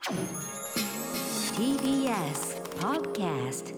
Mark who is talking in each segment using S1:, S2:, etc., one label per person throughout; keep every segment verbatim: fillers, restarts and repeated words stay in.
S1: ティービーエス Podcast。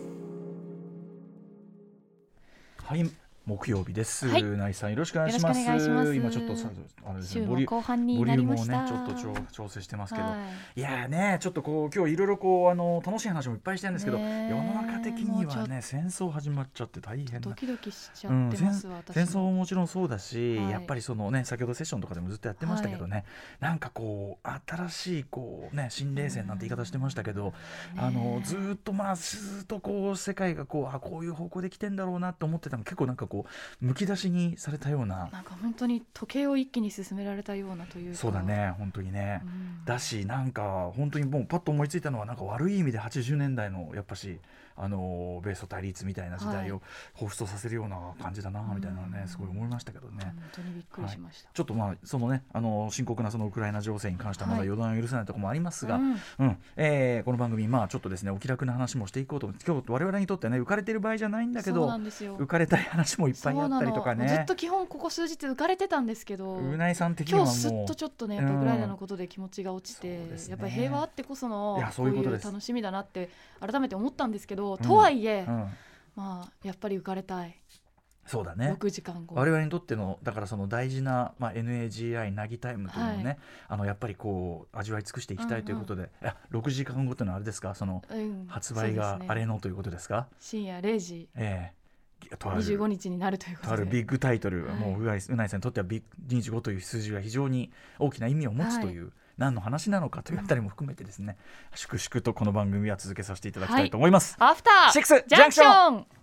S2: はい、木曜日です。
S3: はい、
S2: うないさんよろしくお願いします。
S3: よろしくお願いします。
S2: 今ちょっとさあれですね、
S3: 週も後半になりました。
S2: ボリュームをねちょっと調調整してますけど、
S3: はい、
S2: いやねちょっとこう今日いろいろこうあの楽しい話もいっぱいしてるんですけど、
S3: ね、
S2: 世の中的にはね戦争始まっちゃって大変な
S3: ドキドキしちゃってます、
S2: うん、
S3: 私
S2: 戦争ももちろんそうだし、
S3: はい、
S2: やっぱりそのね先ほどセッションとかでもずっとやってましたけどね、はい、なんかこう新しいこうね新冷戦なんて言い方してましたけど、あのずっとまあずっとこう世界がこうあこういう方向で来てんだろうなと思ってたの結構なんかこうむき出しにされたような、
S3: なんか本当に時計を一気に進められたようなというか、
S2: そうだね本当にね、
S3: うん、
S2: だしなんか本当にもうパッと思いついたのはなんか悪い意味ではちじゅうねんだいのやっぱしあの米ソ対立みたいな時代を彷彿とさせるような感じだなみたいなね、すごい思いましたけどね。
S3: 本当にびっくりしました、
S2: はい、ちょっとまあそのねあの深刻なそのウクライナ情勢に関してはまだ予断を許さないところもありますが、はい、うんうんえー、この番組まあちょっとですねお気楽な話もしていこうと思って今日我々にとってね浮かれてる場合じゃないんだけど浮かれたい話もいっぱいあったりとかね。
S3: ずっと基本ここ数日浮かれてたんですけど、
S2: うないさん的にはもう
S3: 今日すっとちょっとねやっぱウクライナのことで気持ちが落ちて、うんね、やっぱり平和あってこそのこういう楽しみだなって改めて思ったんですけど、うん、とはいえ、うん、まあやっぱり浮かれたい。
S2: そうだね、
S3: ろくじかんご
S2: 我々にとってのだからその大事な、まあ、エヌエージーアイ なぎタイムというのをね、はい、あのやっぱりこう味わい尽くしていきたいということで、うんうん、いやろくじかんごというのはあれですかその、うん、発売があれのということですか、
S3: 深夜れいじ、
S2: えー、
S3: にじゅうごにちになるということで、
S2: とあるビッグタイトル、はい、もううないさんにとってはビッにじゅうごという数字が非常に大きな意味を持つという、はい、何の話なのかというあたりも含めてですね、うん、粛々とこの番組は続けさせていただきたいと思います、
S3: はい、アフター
S2: シックスジャンクション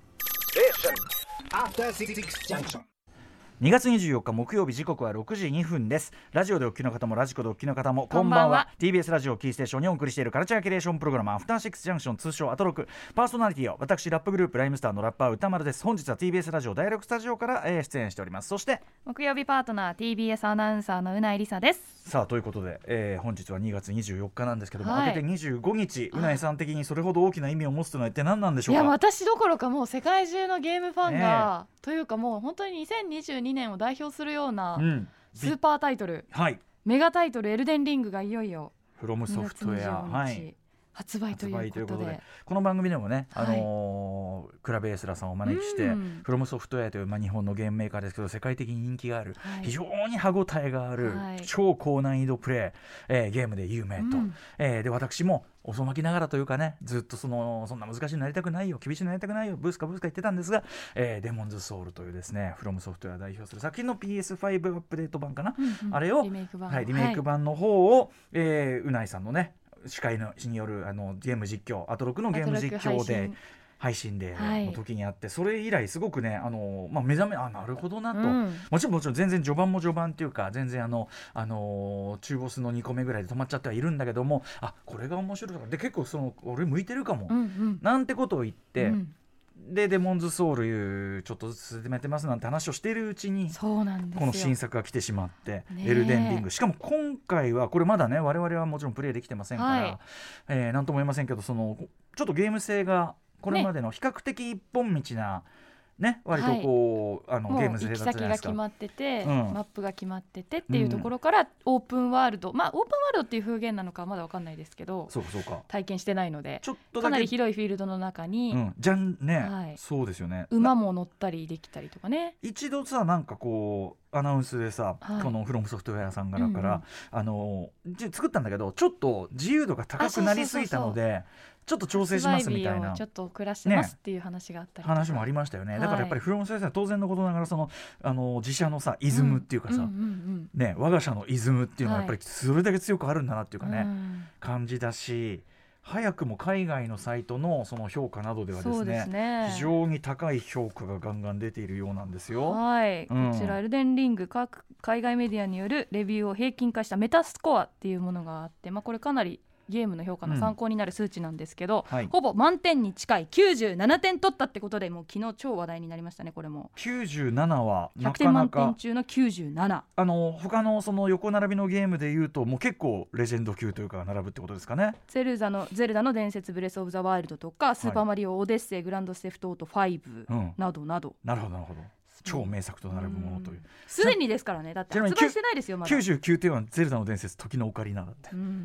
S2: にがつにじゅうよっか木曜日、時刻はろくじにふんです。ラジオでお聞きの方もラジコでお聞きの方もこんばんは。
S3: こんばんは。
S2: ティービーエス ラジオキーステーションにお送りしているカルチャーキュレーションプログラムアフターシックスジャンクション、通称アトロク。パーソナリティを私ラップグループライムスターのラッパー歌丸です。本日は ティービーエス ラジオ第ろくスタジオから、えー、出演しております。そして
S3: 木曜日パートナー ティービーエス アナウンサーのうないりさです。
S2: さあということで、えー、本日はにがつにじゅうよっかなんですけども、はい、明けてにじゅうごにち、うないさん的にそれほど大きな意味を持つというのは一体何なんでしょうか。
S3: いや私どころかもう世界中のゲームファンが、ね、というかもう本当ににせんにじゅうにねんを代表するような、うんスーパータイトル、はい、メガタイトルエルデンリングがいよいよ
S2: フロムソフトウェア、はい、
S3: 発売ということで、ことで
S2: この番組でもね、あのー、クラベエスラさんをお招きして、うん、フロムソフトウェアという、まあ、日本のゲームメーカーですけど世界的に人気がある、はい、非常に歯ごたえがある、はい、超高難易度プレイ、えー、ゲームで有名と、うんえー、で私も遅まきながらというかねずっとそのそんな難しいのなりたくないよ厳しいのなりたくないよブースかブースか言ってたんですが、えー、デモンズソウルというですねフロムソフトウェア代表する作品の ピーエスファイブ アップデート版かな、うんうん、あれを
S3: リメイク版、
S2: はい、リメイク版の方を、はい、えー、うないさんのね司会のによるあのゲーム実況アトロクのゲーム実況で配信での時にあって、はい、それ以来すごくねあの、まあ、目覚めあなるほどなと、うん、もちろんもちろん全然序盤も序盤っていうか全然あの、あの中ボスのにこめぐらいで止まっちゃってはいるんだけどもあこれが面白いで結構その俺向いてるかも、うんうん、なんてことを言って、うんでデモンズソウルちょっとずつ進めてますなんて話をしているうちに
S3: そうなんですよ
S2: この新作が来てしまってエルデンリングしかも今回はこれまだね我々はもちろんプレイできてませんから、はいえー、なんとも言えませんけどそのちょっとゲーム性がこれまでの比較的一本道なね、割とこう、はい、あのゲーム性だったじゃないですか。
S3: 行き先が決まってて、うん、マップが決まっててっていうところから、うん、オープンワールドまあオープンワールドっていう風言なのかはまだ分かんないですけど
S2: そうかそうか
S3: 体験してないので
S2: ちょっとだけ
S3: かなり広いフィールドの中に、
S2: うん、じゃんね、
S3: はい、
S2: そうですよね
S3: 馬も乗ったりできたりとかね
S2: 一度さなんかこうアナウンスでさ、はい、このフロムソフトウェアさんからから、うんうん、あの作ったんだけどちょっと自由度が高くなりすぎたのでちょっと調整しますみたいな
S3: ちょっと暮らしてますっていう話があったりとか、
S2: ね、話もありましたよね、はい、だからやっぱりフロムソフトウェア当然のことながらそのあの自社のさイズムっていうかさ、うんうんうんうんね、我が社のイズムっていうのはやっぱりそれだけ強くあるんだなっていうかね、はい、感じだし早くも海外のサイト の, その評価などではです ね,
S3: ですね
S2: 非常に高い評価がガンガン出ているようなんですよ。
S3: はい、うん、こちらエルデンリング各海外メディアによるレビューを平均化したメタスコアっていうものがあって、まあ、これかなりゲームの評価の参考になる数値なんですけど、うんはい、ほぼ満点に近いきゅうじゅうななてん取ったってことでもう昨日超話題になりましたね。これも
S2: きゅうじゅうななはなかなか
S3: ひゃくてん満点中のきゅうじゅうなな
S2: あの他のその横並びのゲームでいうともう結構レジェンド級というか並ぶってことですかね。
S3: ゼルダのゼルダの伝説ブレスオブザワイルドとかスーパーマリオオデッセイ、はい、グランドセフトオートファイブなどなど、うん、
S2: なるほどなるほど超名作と並ぶものという
S3: すでにですからねだって発売してないですよまだ。
S2: きゅうじゅうきゅうてんはゼルダの伝説時のオカリナだって、うん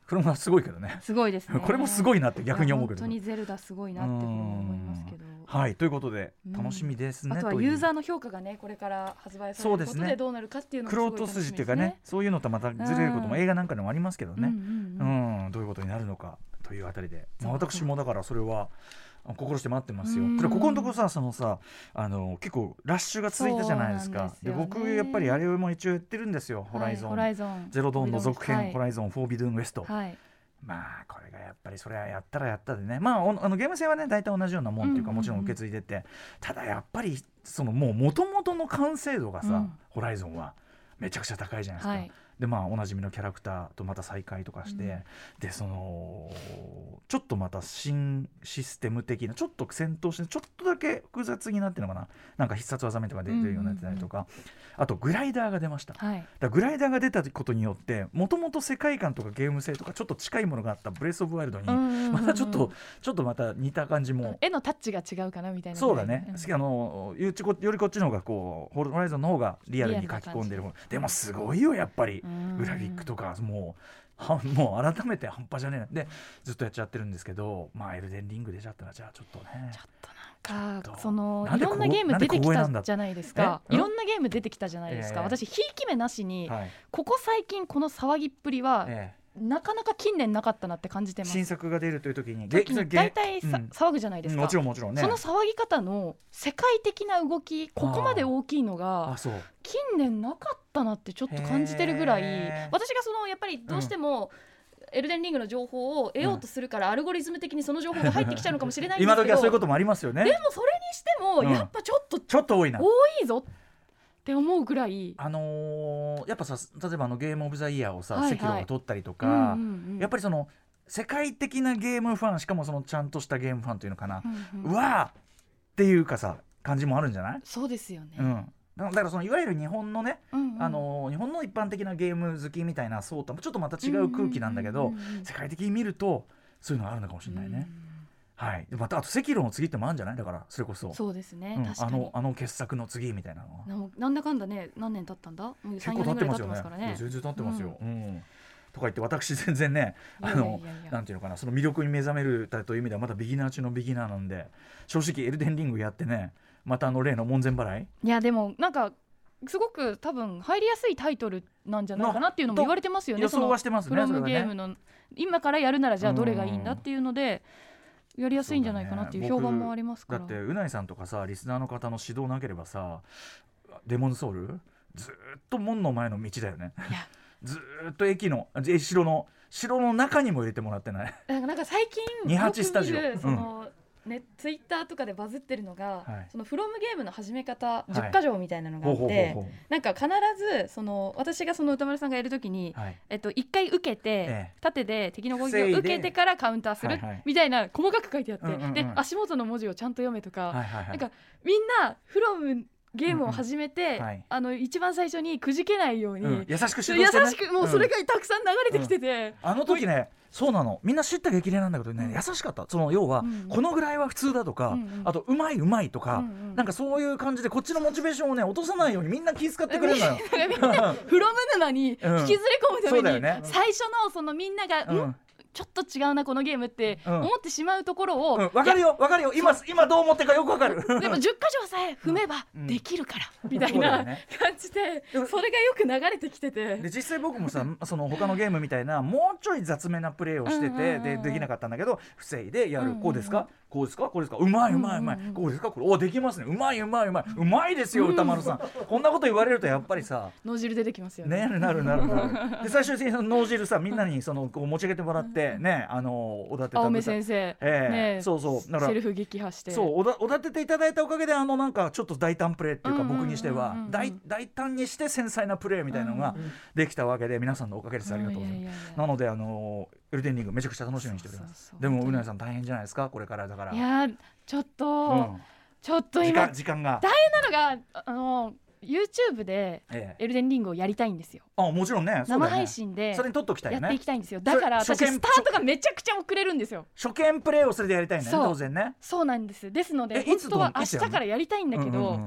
S2: フロムはすごいけどね。
S3: すごいですね。
S2: これもすごいなって逆に思うけど。
S3: 本当にゼルダすごいなって思いますけど。
S2: はいということで楽しみですね。
S3: あとはユーザーの評価がねこれから発売されることでどうなるかっていうのもすごい楽しみですね。クロート筋っていうかね、そういうのとまたずれることも映画なんかでもありますけどね。うん、うんうん、どういうことになるのかというあたりで、まあ、私もだからそれは心して待ってますよ。これここのところさそのさあの結構ラッシュが続いたじゃないですか。で僕やっぱりあれも一応言ってるんですよ。ホライゾン、はい、ゼロドーンの続編、はい、ホライゾンフォービドゥンウエスト、はい、まあこれがやっぱりそれはやったらやったでね、まあ、あのゲーム性はね大体同じようなもんっていうかもちろん受け継いでて、ただやっぱりそのもう元々の完成度がさ、うん、ホライゾンはめちゃくちゃ高いじゃないですか、はい、でまあおなじみのキャラクターとまた再会とかして、うん、でそのちょっとまた新システム的なちょっと戦闘してちょっとだけ複雑になってるのかな、なんか必殺技とか出てるようになってたりとか、うんうんうん、あとグライダーが出ました、はい、だグライダーが出たことによってもともと世界観とかゲーム性とかちょっと近いものがあったブレスオブワイルドにまたちょっとちょっとまた似た感じも、 絵のタッチが違うかなみたいな。
S2: そうだね、うん、あのよりこっちの方がこうホライゾンの方がリアルに書き込んでる。でもすごいよやっぱりグラフィックとかもうはもう改めて半端じゃねえでずっとやっちゃってるんですけど、まあエルデンリング出ちゃったらじゃあちょっとね
S3: ちょっとなんかそのいろんなゲーム出てきたじゃないですか。いろんなゲーム出てきたじゃないですか、えー、私ひいき目なしに、はい、ここ最近この騒ぎっぷりは、えーなかなか近年なかったなって感じてます。
S2: 新作が出るという時に
S3: 大体、うん、騒ぐじゃないですか。
S2: もちろんもちろんね。
S3: その騒ぎ方の世界的な動きここまで大きいのが近年なかったなってちょっと感じてるぐらい、私がそのやっぱりどうしても、うん、エルデンリングの情報を得ようとするから、うん、アルゴリズム的にその情報が入ってきちゃうのかもしれないんですけど
S2: 今時はそういうこともありますよね。
S3: でもそれにしてもやっぱちょっと、うん、
S2: ちょっと多いな
S3: 多いぞって思うぐらい、
S2: あのー、やっぱさ例えばあのゲームオブザイヤーをさ、はいはい、セキロが取ったりとか、うんうんうん、やっぱりその世界的なゲームファンしかもそのちゃんとしたゲームファンというのかな、うんうん、うわーっていうかさ感じもあるんじゃない？
S3: そうですよね、
S2: うん、だからそのいわゆる日本のね、うんうん、あの日本の一般的なゲーム好きみたいなそうとちょっとまた違う空気なんだけど、うんうんうんうん、世界的に見るとそういうのがあるのかもしれないね、うんはい、またあとセキロの次ってもあるんじゃない？だからそれこそ
S3: そうですね、
S2: うん、
S3: 確かに
S2: あの、あの傑作の次みたいなのは
S3: なんだかんだね何年経ったんだ？
S2: 結構経ってますよね。ね全然経ってますよ、うんうん、とか言って私全然ねあのなんていうのかなその魅力に目覚めるという意味ではまだビギナー中のビギナーなんで正直エルデンリングやってねまたあの例の門前払い
S3: いやでもなんかすごく多分入りやすいタイトルなんじゃないかなっていうのも言われてますよね。
S2: 予想はしてますね。
S3: フロムゲームの、ね、今からやるならじゃあどれがいいんだっていうのでやりやすいんじゃないかなっていう評判もありますから。
S2: だってうないさんとかさリスナーの方の指導なければさデモンズソウルずっと門の前の道だよね。いやずっと駅の城の城の中にも入れてもらってない。
S3: なんか最近
S2: にじゅうはちスタジオ
S3: その、うんね、ツイッターとかでバズってるのが、はい、そのフロムゲームの始め方じゅっか条みたいなのがあって、はい、なんか必ずその私がその歌丸さんがやるときに、はいえっと、いっかい受けて、ええ、縦で敵の攻撃を受けてからカウンターするみたいな細かく書いてあって、はいはい、で、うんうんうん、足元の文字をちゃんと読めとか、はいはいはい、なんかみんなフロムゲームを始めて、うんうんはい、あの一番最初にくじけないように、うん、
S2: 優しく指導してね、
S3: 優しくもうそれがたくさん流れてきてて、
S2: うん、あの時ねそうなのみんな知った激励なんだけどね、うん、優しかった。その要は、うん、このぐらいは普通だとか、うん、あとうまいうまいとか、うん、なんかそういう感じでこっちのモチベーションをね落とさないようにみんな気遣ってくれるのよ
S3: みんなフロム沼に引きずり込むために、うんね、最初のそのみんなが、うんうんちょっと違うなこのゲームって思ってしまうところを、
S2: うんうん、分かるよ分かるよ 今, 今どう思ってるかよく分かる
S3: でもじゅっか条さえ踏めばできるから、うん、みたいな感じで そ,、ね、それがよく流れてきてて
S2: で実際僕もさその他のゲームみたいなもうちょい雑めなプレーをしてて、うんうんうん、で, できなかったんだけど防いでやる、うんうんうん、こうですかこうですかこうですかうまいうまいうまい、うんうん、こうですかこれおできますねうまいうまいうまいうまいですよ歌丸さんこんなこと言われるとやっぱりさ
S3: 脳汁出てきますよね。
S2: ねなるなるなるで最終的にその脳汁さみんなにそのこう持ち上げてもらってねあのおだてた
S3: 青目先生、
S2: えーね、そうそうだから
S3: セルフ撃破して
S2: そうおだおだてていただいたおかげであのなんかちょっと大胆プレーっていうか僕にしては 大, 大胆にして繊細なプレーみたいなのができたわけで皆さんのおかげですありがとうございます。なのであのエルデンリングめちゃくちゃ楽しみにしております。そうそうそうでもうなぎさん大変じゃないですかこれからだから。
S3: いやちょっと、うん、ちょっと
S2: 今時間、時間が
S3: 大変なのがあのYouTube でエルデンリングをやりたいんですよ、
S2: ええ、あもちろん ね, ね
S3: 生配信で
S2: それに撮っときたいよね
S3: やっていきたいんですよ。だから私スタートがめちゃくちゃ遅れるんですよ。
S2: 初見プレイをそれでやりたいんだね当然ね。
S3: そうなんです。ですので本当は明日からやりたいんだけど、うんうんうん、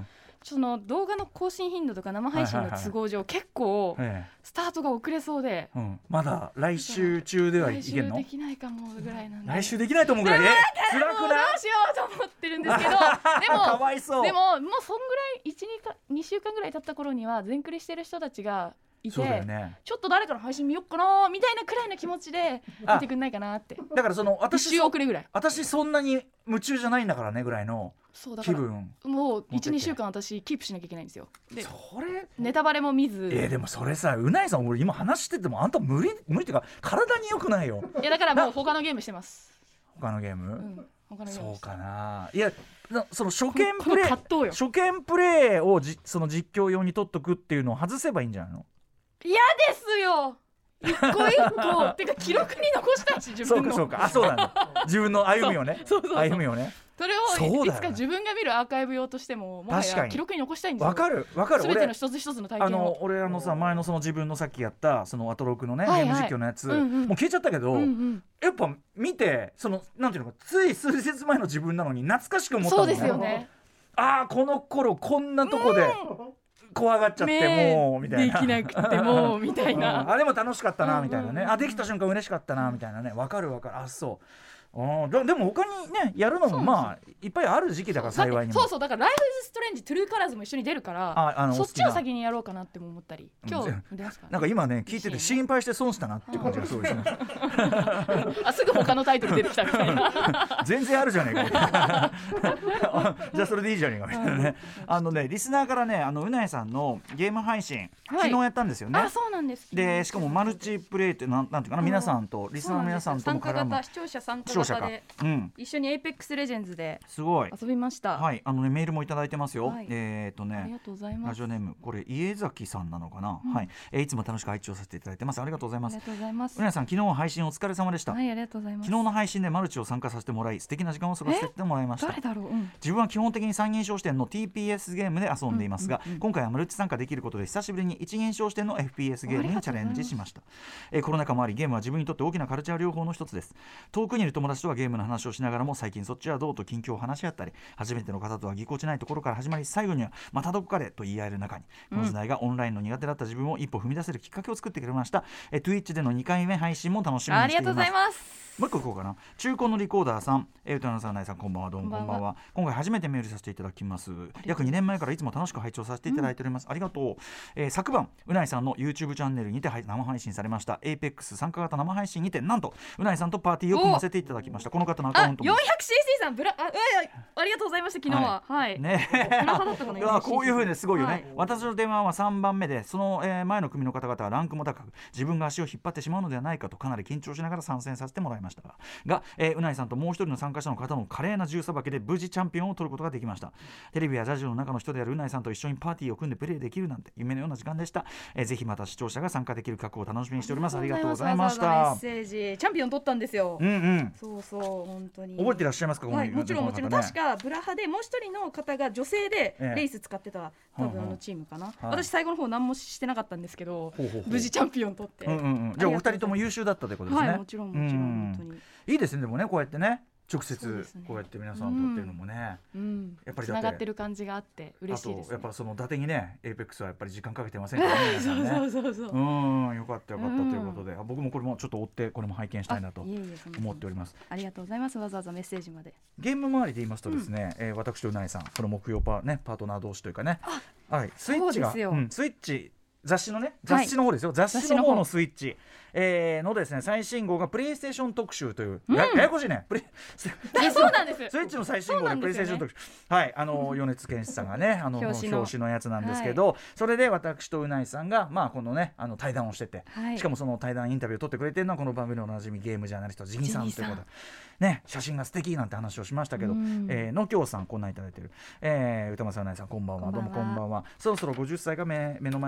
S3: その動画の更新頻度とか生配信の都合上、はいはいはい、結構スタートが遅れそうで、
S2: うん、まだ来週中ではいけんの？
S3: 来週できないかもぐらいなんで。
S2: 来週できないと思うぐらい。え辛くない？
S3: どうしようと思ってるんですけどでも
S2: かわいそう。
S3: でももうそんぐらい いち、にしゅうかんぐらい経った頃には全クリしてる人たちがいて、ね、ちょっと誰かの配信見よっかなみたいなくらいの気持ちで見てくんないかなって。
S2: だからその私
S3: いっしゅう遅れぐらい、
S2: 私そんなに夢中じゃないんだからねぐらいの気分。
S3: もう いち、にしゅうかん私キープしなきゃいけないんですよ。で
S2: それ
S3: ネタバレも見ず。
S2: えー、でもそれさ、うないさん俺今話しててもあんた無理無理っていうか体に良くないよ。
S3: いやだからもう他のゲームしてます。
S2: 他のゲーム、
S3: うん他のゲーム
S2: そうかな。いやその初見プレイ初見プレイをじその実況用に取っとくっていうのを外せばいいんじゃないの？
S3: 嫌ですよ一個一個てか記録に残したいし自分の。
S2: そうかそうか、あそうなんだ自分の歩みをねそうそうそう歩みをね
S3: それをいつか自分が見るアーカイブ用としてももはや記録に残したいんですよ。
S2: わかるわかる。
S3: 全ての一つ一つの体験を。
S2: あの俺あのさ前のその自分のさっきやったそのアトロクのね、はいはい、ゲーム実況のやつ、うんうん、もう消えちゃったけど、うんうん、やっぱ見てそのなんていうのかつい数日前の自分なのに懐かしく思ったもんね。
S3: そうですよね。
S2: ああこの頃こんなとこで、うん怖がっちゃってもうみたいな
S3: できなくてもうみたいな、
S2: うん、あれも楽しかったなみたいなね、あできた瞬間嬉しかったなみたいなね。わかるわかる。あそうあで, でも他にねやるのもまあいっぱいある時期だから幸いにも。
S3: そうそうだからライフイズストレンジトゥルーカラーズも一緒に出るからああのそっちを先にやろうかなっても思ったり今日出ますか、ね、
S2: なんか今ね聞いてて心配して損したなっていう感じがすごいします
S3: あすぐ他のタイトル出てきたみたいな
S2: 全然あるじゃねえかじゃあそれでいいじゃねえかみたいなねあのねリスナーからねあのうないさんのゲーム配信、はい、昨日やったんですよね。
S3: あそうなんです。
S2: でしかもマルチプレイってなんなんていうかな、皆さんとリスナーの皆さんとも絡む
S3: 視聴者参加型で、うん、一緒にエイペックスレジェンズですごい遊びました。
S2: はいあのねメールもいただいてますよ、はい、えっ、ー、とね
S3: ありがとうございます。
S2: ラジオネームこれ家崎さんなのかな、うん、はい、えー、いつも楽しく拝聴させていただいてます。ありがとうございます。
S3: ありがとうございます。
S2: うなやさん昨日配信お疲れ様でした。
S3: はいありがとうございます。
S2: 昨日の配信でマルチを参加させてもらい素敵な時間を過ごさせてもらいました。
S3: 誰だろう、うん、
S2: 自分は基本的に三人称視点の ティーピーエス ゲームで遊んでいますが、うんうんうん、今回はマルチ参加できることで久しぶりに一人称視点の エフピーエス ゲームにチャレンジしました。えー、コロナ禍もありゲームは自分にとって大きなカルチャー療法の一つです。遠くにいる友達とはゲームの話をしながらも最近そっちはどうと近況を話し合ったり、初めての方とはぎこちないところから始まり最後にはまたどこかでと言い合える中に、この時代がオンラインの苦手だった自分を一歩踏み出せるきっかけを作ってくれました。えー、Twitch でのにかいめ配信も楽しみにしています。
S3: ありがとうございます。
S2: もう一個いこうかな。中古のリコーダーさん、えー、歌のさんないさんこんばんは。どうもこんばんは。今回初めてメールさせていただきます。約にねんまえからいつも楽しく拝聴させていただいております、うん、ありがとう。えー、昨晩うないさんの YouTube チャンネルにて生配信されました エイペックス 参加型生配信にてなんとうないさんとパーティーを組ませていただきました。この方のアカウントも よんひゃくシーシー さんブラ あ, ありがとうございました。昨日ははい、はい、ねこういう風ですごいよね、はい、私の電話はさんばんめでその、えー、前の組の方々はランクも高く自分が足を引っ張ってしまうのではないかとかなり緊張しながら参戦させてもらいましたがが、えー、うないさんともう一人の参加者の方の華麗な銃さばきで無事チャンピオンを取ることができました。テレビやラジオの中の人であるうないさんと一緒にパーティーを組んでプレイできるなんて夢のような時間でした。えー、ぜひまた視聴者が参加できる企画を楽しみにしております。ありがとうございました。
S3: メッセージチャンピオン取ったんですよ。
S2: うんうん、
S3: そうそう本当に
S2: 覚えてらっしゃいますか。
S3: はい、もちろんもちろん、ね、確かブラハでもう一人の方が女性でレース使ってた、ええ、多分あのチームかな、はい、私最後の方何もしてなかったんですけど、ほうほうほう無事チャンピオン取って、うんうんうん、
S2: じゃあお二人とも優秀だったということですね。
S3: はいもちろんもちろん本当にい
S2: いですね。でもねこうやってね直接こうやって皆さんとっていうのもね、
S3: うんうん、やっぱりつながってる感じがあって嬉しいですね。
S2: あとやっぱその伊達にねエイペックスはやっぱり時間かけてませんからね皆さんね
S3: そうそうそうそう
S2: うんよかったよかったということで、うん、僕もこれもちょっと追ってこれも拝見したいなと思っております。
S3: ありがとうございます。わざわざメッセージまで。
S2: ゲーム周りで言いますとですね、うんえー、私とうないさんこの木曜パー、ね、パートナー同士というかね、はい、スイッチが、うん、スイッチ雑誌のね雑誌の方ですよ、はい、雑誌の方のスイッチ、えー、のですね最新号がプレイステーション特集という、うん、や, ややこしいねプレ
S3: そうなんです
S2: スイッチの最新号でプレイステーション特集、ね、はいあの米津玄師さんがねあの表紙 の, 表紙のやつなんですけど、はい、それで私とうないさんがまあこのねあの対談をしてて、はい、しかもその対談インタビューを取ってくれてるのはこの番組のおなじみゲームジャーナリストジギさんということでね写真が素敵なんて話をしましたけど、えー、のきょうさんこんなんいただいてる、えー、歌間さんうないさんこんばんは。どうもこんばんは。そろそろごじゅっさいが 目, 目の前に見え始め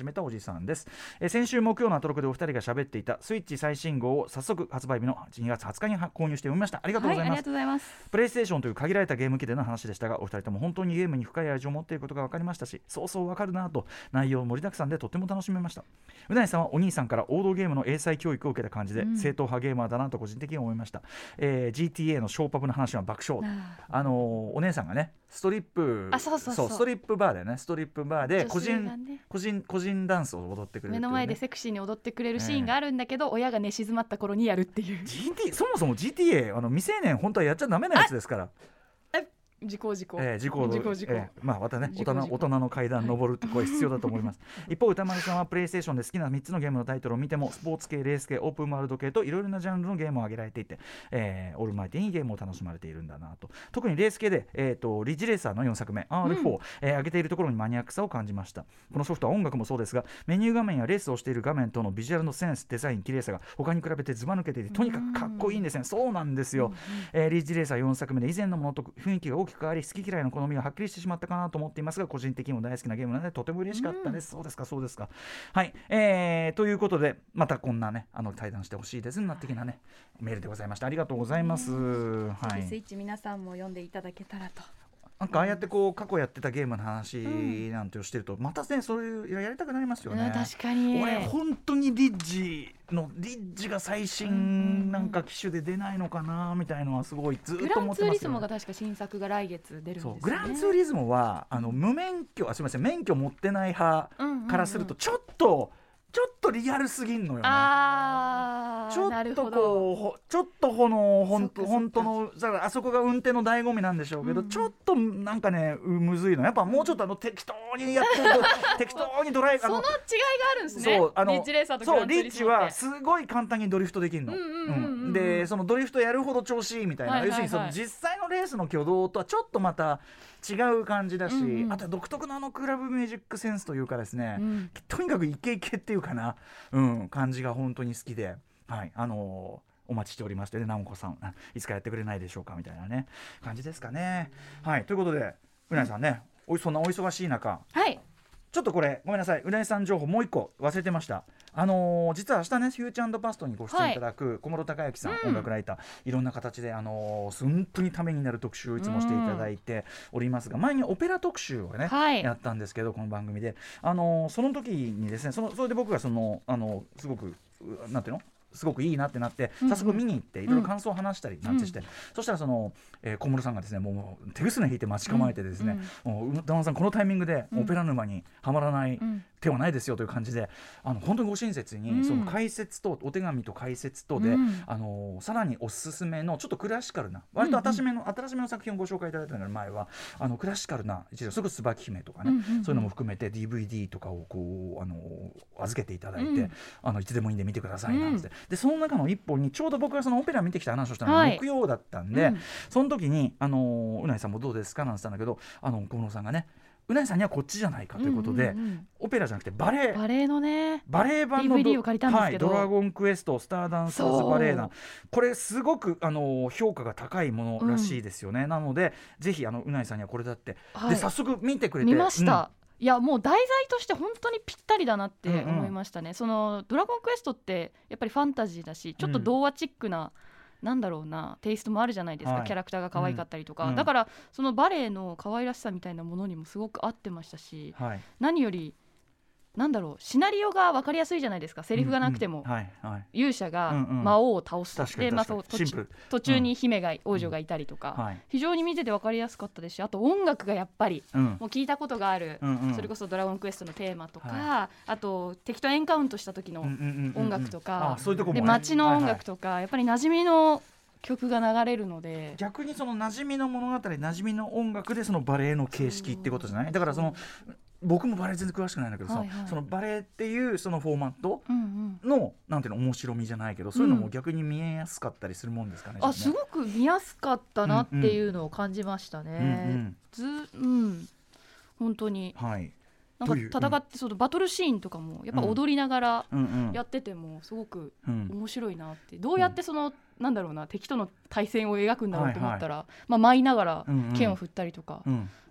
S2: めたおじさんです。えー、先週木曜のアトロクでお二人が喋っていたスイッチ最新号を早速発売日のにがつはつかに購入して読みました。ありがとうございます。はい、ありがとうございます。プレイステーションという限られたゲーム機での話でしたが、お二人とも本当にゲームに深い愛情を持っていることが分かりましたし、そうそう分かるなと内容盛りだくさんでとっても楽しめました。うなえさんはお兄さんから王道ゲームの英才教育を受けた感じで、うん、正統派ゲーマーだなと個人的に思いました。えー、ジーティーエー のショーパブの話は爆笑。あのー、お姉さんがねストリップ
S3: あそうそうそう
S2: そうストリップバーでねストリップバーで個人、ね、個人個人ダンスを踊ってくれる、ね、
S3: 目の前でセクシーに踊ってくれるシーンがあるんだけど、えー、親が寝静まった頃にやるっていう
S2: ジーティー そもそも ジーティーエー あの未成年本当はやっちゃダメなやつですから。
S3: 時効時効、
S2: えー、時効時効時効、えー、まあまたね大人、大人の階段登るってこれ必要だと思います一方歌丸さんはプレイステーションで好きなみっつのゲームのタイトルを見てもスポーツ系、レース系、オープンワールド系といろいろなジャンルのゲームを挙げられていて、えー、オールマイティにゲームを楽しまれているんだなと。特にレース系で、えー、とリッジレーサーのよんさくめ アールフォー、うんえー、挙げているところにマニアックさを感じました。このソフトは音楽もそうですがメニュー画面やレースをしている画面とのビジュアルのセンス、デザイン、綺麗さが他に比べてずば抜けていてとにかくかっこいいんですね。そうなんですよ、うんえー、リッジレーサーよんさくめで以前のものと雰囲気が大きく変わり好き嫌いの好みがはっきりしてしまったかなと思っていますが、個人的にも大好きなゲームなのでとても嬉しかったです、うん、そうですかそうですか。はい、えー、ということでまたこんなねあの対談してほしいですな的なねメールでございました。ありがとうございます、うん
S3: はい、スイッチ皆さんも読んでいただけたらと。
S2: なんかああやってこう過去やってたゲームの話なんてをしてると、うん、またねそういうやりたくなりますよね、
S3: うん、確かに
S2: 俺本当にリッジのリッジが最新なんか機種で出ないのかなみたいのはすごいずっと思ってますよ、ね、グランツーリスモ
S3: が確か新作が来月出るんですよね。
S2: そうグランツーリスモはあの無免許あすみません免許持ってない派からするとちょっとちょっとリアルすぎんのよね。
S3: あ
S2: ちょっとこうちょっとこの本当本当のだからあそこが運転の醍醐味なんでしょうけど、うん、ちょっとなんかねむずいのやっぱもうちょっとあの適当にやってると適当にドライブ
S3: その違いがあるんですね。そうあのリッチレーサーとグランツーリスモってそうリッチはす
S2: ごい簡単にドリフトできるのでそのドリフトやるほど調子いいみたいな、はいはいはい、要するにその実際のレースの挙動とはちょっとまた違う感じだし、うんうん、あとは独特のあのクラブミュージックセンスというかですね、うん、とにかくイケイケっていうかな、うん、感じが本当に好きで、はいあのー、お待ちしておりましてね、直子さんいつかやってくれないでしょうかみたいなね感じですかね。はいということでうなえさんね、うん、おそんなお忙しい中、
S3: はい、
S2: ちょっとこれごめんなさいうなえさん情報もう一個忘れてました。あのー、実は明日ねフューチャー&パストにご出演いただく小室孝之さん、はい、音楽ライター、いろんな形で、あのー、本当にためになる特集をいつもしていただいておりますが、前にオペラ特集をね、はい、やったんですけどこの番組で、あのー、その時にですね そのそれで僕がその、あのー、すごくなんていうのすごくいいなってなって早速見に行っていろいろ感想を話したりなんてして、うん、そしたらその、えー、小室さんがですねもう手ぐすね引いて待ち構えてですね、うん、もう歌丸さんこのタイミングでオペラ沼にはまらない手はないですよという感じで、あの本当にご親切にその解説とお手紙と解説とで、うん、あのさらにおすすめのちょっとクラシカルな割と新しめの、うんうん、新しめの作品をご紹介いただいたのが前はあのクラシカルな一応すぐ椿姫とかね、うんうんうん、そういうのも含めて ディーブイディー とかをこうあの預けていただいて、うん、あのいつでもいいんで見てくださいなんて、うん、でその中の一本にちょうど僕がそのオペラ見てきた話をしたのが木曜だったんで、はいうん、その時にあのうなえさんもどうですかなんて言ったんだけど、あの小室さんがねうなえさんにはこっちじゃないかということで、うんうんうん、オペラじゃなくてバレエ
S3: バレエのね
S2: バレエ版の
S3: ディーブイディー を借りたんですけど、
S2: はい、ドラゴンクエストスターダンサーズバレエ団、これすごくあの評価が高いものらしいですよね、うん、なのでぜひあのうなえさんにはこれだって、はい、で早速見てくれて
S3: 見ました、うん、いやもう題材として本当にぴったりだなって思いましたね、うんうん、そのドラゴンクエストってやっぱりファンタジーだしちょっと童話チックな、うんなんだろうなテイストもあるじゃないですか、はい、キャラクターが可愛かったりとか、うん、だからそのバレエの可愛らしさみたいなものにもすごく合ってましたし、はい、何よりなんだろうシナリオが分かりやすいじゃないですか。セリフがなくても、うんうんはいはい、勇者が魔王を倒す、うんうん、で、まあ、そう途中に姫が、うん、王女がいたりとか、うんはい、非常に見てて分かりやすかったですし、あと音楽がやっぱり、うん、もう聞いたことがある、うんうん、それこそドラゴンクエストのテーマとか、はい、あと敵とエンカウントした時の音楽とか、で街の音楽とか、はいはい、やっぱり馴染みの曲が流れるので、
S2: 逆にその馴染みの物語馴染みの音楽でそのバレエの形式ってことじゃない。だからその僕もバレエ全然詳しくないんだけどさ、はいはい、そのバレエっていうそのフォーマットの、うんうん、なんていうの面白みじゃないけどそういうのも逆に見えやすかったりするもんですかね、
S3: うん、あすごく見やすかったなっていうのを感じましたね、うんうん、ずうん本当に、はい、なんか戦ってそのバトルシーンとかもやっぱ踊りながらやっててもすごく面白いなって、どうやってそのなんだろうな敵との対戦を描くんだろうと思ったら、はいはいまあ、舞いながら剣を振ったりとか、うんうん、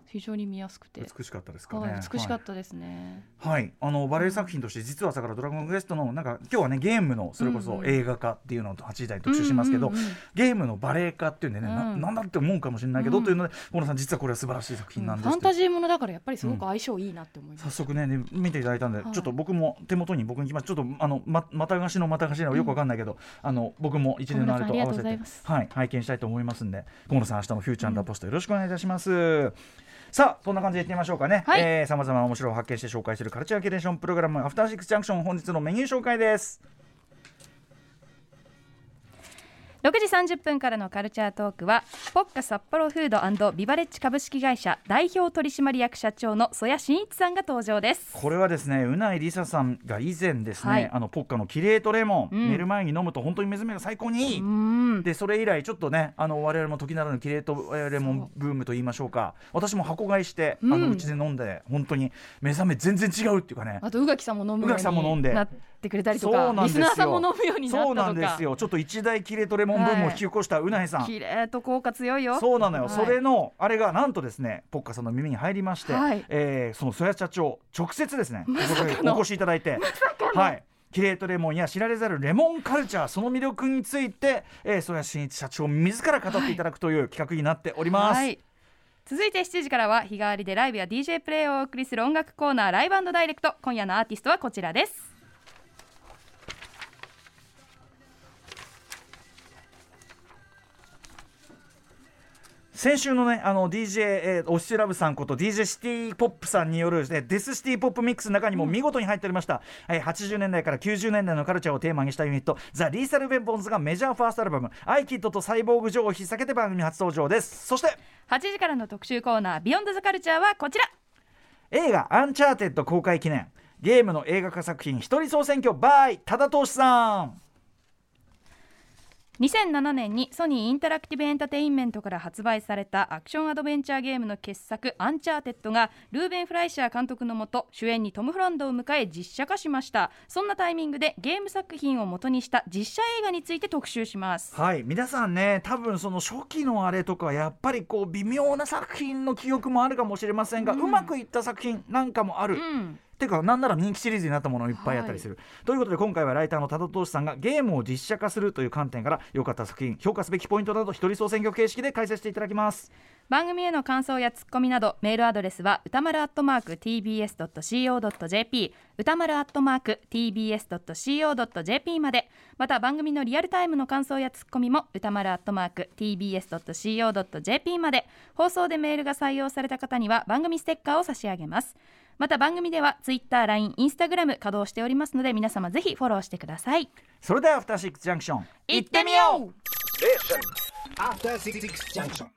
S3: 非常に見やすくて
S2: 美しかったですかね。
S3: はい、美しかったですね。
S2: はい、はい、あのバレエ作品として実は朝からドラゴンクエストのなんか今日はねゲームのそれこそ映画化っていうのをはちじ台に特集しますけど、うんうんうん、ゲームのバレエ化っていうんでね、うん、な, なんだって思うかもしれないけど、うん、というので小野さん実はこれは素晴らしい作品なんです、うん、
S3: ファンタジーものだからやっぱりすごく相性いいなって思います、
S2: うん、早速ね見ていただいたんで、はい、ちょっと僕も手元に僕に来ます。ちょっとあの ま, また貸しのまた貸しのよくわかんないけど、うん、あの僕も一年のあれと合わせて、はい、拝見したいと思いますんで小野さん明日のフューチャー&ポストよろしくお願いいたします、うん、さあそんな感じでいってみましょうかね。さまざまな面白いを発見して紹介するカルチャーキュレーションプログラムアフターシックスジャンクション、本日のメニュー紹介です。
S3: ろくじさんじゅっぷんからのカルチャートークはポッカ札幌フード&ビバレッジ株式会社代表取締役社長の曽谷真一さんが登場です。
S2: これはですねうないりささんが以前ですね、はい、あのポッカのキレートレモン、うん、寝る前に飲むと本当に目覚めが最高にいい、うん、でそれ以来ちょっとねあの我々も時ならぬキレートレモンブームと言いましょうか、私も箱買いして、うん、あのうちで飲んで本当に目覚め全然違うっていうかね。
S3: あと宇垣さんも飲むようになってくれたりとか、リスナーさんも飲むようになったとか。
S2: そうなんですよ。ちょっと一大キレートレモンブームを引き起こしたうないさん、
S3: キレート効果強いよ。
S2: そうなのよ、はい、それのあれがなんとですねポッカさんの耳に入りまして、はい、えー、その曽谷社長直接ですねお越しいただいて、はい、キレートレモンや知られざるレモンカルチャー、その魅力について、えー、曽谷真一社長自ら語っていただくという企画になっております、はいはい。
S3: 続いてしちじからは日替わりでライブや ディージェー プレイをお送りする音楽コーナーライブ&ダイレクト。今夜のアーティストはこちらです。
S2: 先週のねあの ディージェー、えー、オッシュラブさんこと ディージェー シティポップさんによる、ね、デスシティポップミックスの中にも見事に入っておりました、うん、はちじゅうねんだいからきゅうじゅうねんだいのカルチャーをテーマにしたユニットザ・リーサル・ウェポンズがメジャーファーストアルバムアイキッドとサイボーグ・ジョーを引っ提げて番組初登場です。そして
S3: はちじからの特集コーナービヨンド・ザ・カルチャーはこちら。
S2: 映画アンチャーテッド公開記念ゲームの映画化作品一人総選挙 by 多田投資さん。
S3: にせんななねんにソニーインタラクティブエンタテインメントから発売されたアクションアドベンチャーゲームの傑作アンチャーテッドがルーベン・フライシャー監督のもと主演にトム・ホランドを迎え実写化しました。そんなタイミングでゲーム作品を元にした実写映画について特集します。
S2: はい、皆さんね多分その初期のあれとかやっぱりこう微妙な作品の記憶もあるかもしれませんが、うん、うまくいった作品なんかもある、うんていうかなんなら人気シリーズになったものいっぱいあったりする、はい、ということで今回はライターの多田投資さんがゲームを実写化するという観点から良かった作品評価すべきポイントなど一人総選挙形式で解説していただきます。
S3: 番組への感想やツッコミなどメールアドレスは歌丸アットマーク ティービーエスドットシーオードットジェーピー 歌丸アットマーク ティービーエスドットシーオードットジェーピー まで。また番組のリアルタイムの感想やツッコミも歌丸アットマーク ティービーエスドットシーオードットジェーピー まで。放送でメールが採用された方には番組ステッカーを差し上げます。また番組では Twitter、ライン、インスタグラム 稼働しておりますので皆様ぜひフォローしてください。
S2: それではアフターシックスジャンクション
S3: 行ってみよう。
S4: アフターシックスジャンクション